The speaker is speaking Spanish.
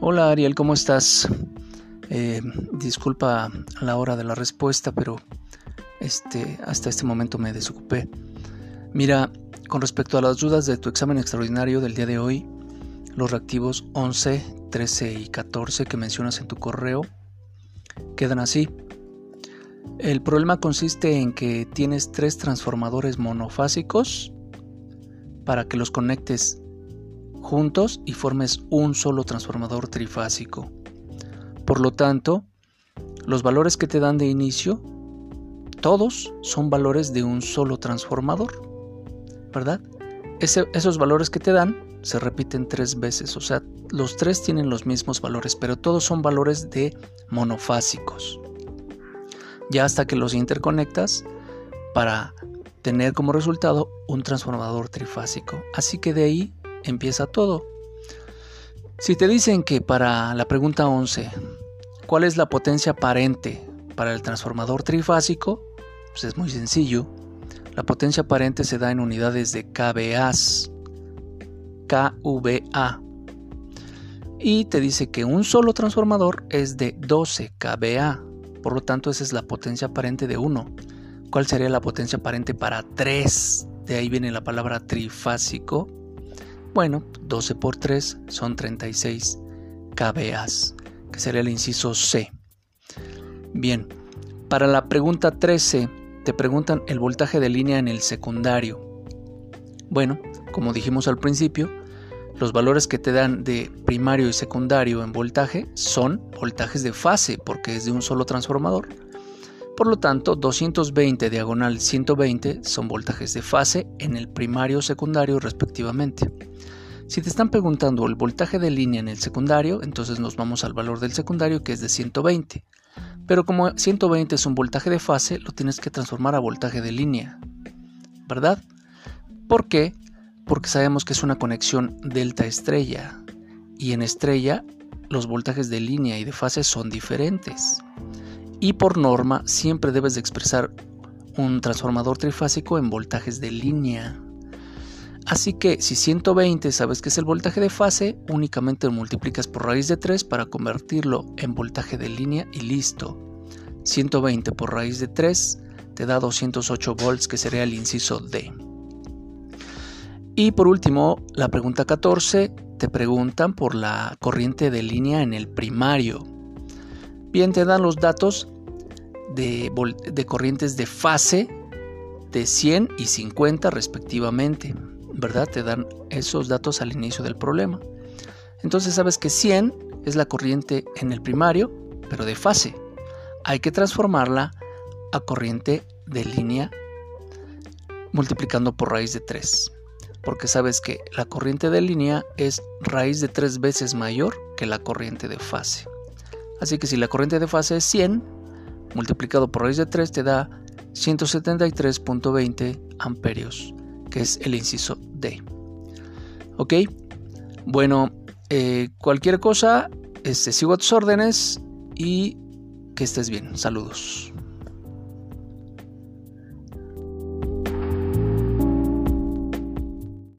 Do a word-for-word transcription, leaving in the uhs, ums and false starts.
Hola Ariel, ¿cómo estás? Eh, disculpa a la hora de la respuesta, pero este, hasta este momento me desocupé. Mira, con respecto a las dudas de tu examen extraordinario del día de hoy, los reactivos once, trece y catorce que mencionas en tu correo quedan así. El problema consiste en que tienes tres transformadores monofásicos para que los conectes juntos y formes un solo transformador trifásico. Por lo tanto, los valores que te dan de inicio, todos son valores de un solo transformador, ¿verdad? Ese, esos valores que te dan se repiten tres veces, o sea, los tres tienen los mismos valores, pero todos son valores de monofásicos. Ya hasta que los interconectas para tener como resultado un transformador trifásico. Así que de ahí empieza todo. Si te dicen que para la pregunta once, ¿cuál es la potencia aparente para el transformador trifásico? Pues es muy sencillo. La potencia aparente se da en unidades de kVA, kVA. Y te dice que un solo transformador es de doce kVA. Por lo tanto, esa es la potencia aparente de uno. ¿Cuál sería la potencia aparente para tres? De ahí viene la palabra trifásico. Bueno, doce por tres son treinta y seis kVA, que sería el inciso C. Bien, para la pregunta trece, te preguntan el voltaje de línea en el secundario. Bueno, como dijimos al principio, los valores que te dan de primario y secundario en voltaje son voltajes de fase, porque es de un solo transformador. Por lo tanto, doscientos veinte diagonal ciento veinte son voltajes de fase en el primario o secundario respectivamente. Si te están preguntando el voltaje de línea en el secundario, entonces nos vamos al valor del secundario, que es de ciento veinte. Pero como ciento veinte es un voltaje de fase, lo tienes que transformar a voltaje de línea, ¿verdad? ¿Por qué? Porque sabemos que es una conexión delta estrella, y en estrella los voltajes de línea y de fase son diferentes. Y por norma siempre debes de expresar un transformador trifásico en voltajes de línea. Así que si ciento veinte sabes que es el voltaje de fase, únicamente lo multiplicas por raíz de tres para convertirlo en voltaje de línea y listo. ciento veinte por raíz de tres te da doscientos ocho volts, que sería el inciso D. Y por último, la pregunta catorce, te preguntan por la corriente de línea en el primario. Bien, te dan los datos de, de corrientes de fase de cien y cincuenta respectivamente, ¿verdad? Te dan esos datos al inicio del problema. Entonces sabes que cien es la corriente en el primario, pero de fase. Hay que transformarla a corriente de línea multiplicando por raíz de tres, porque sabes que la corriente de línea es raíz de tres veces mayor que la corriente de fase. Así que si la corriente de fase es cien, multiplicado por raíz de tres te da ciento setenta y tres punto veinte amperios, que es el inciso D. Ok, bueno, eh, cualquier cosa, este, sigo a tus órdenes y que estés bien. Saludos.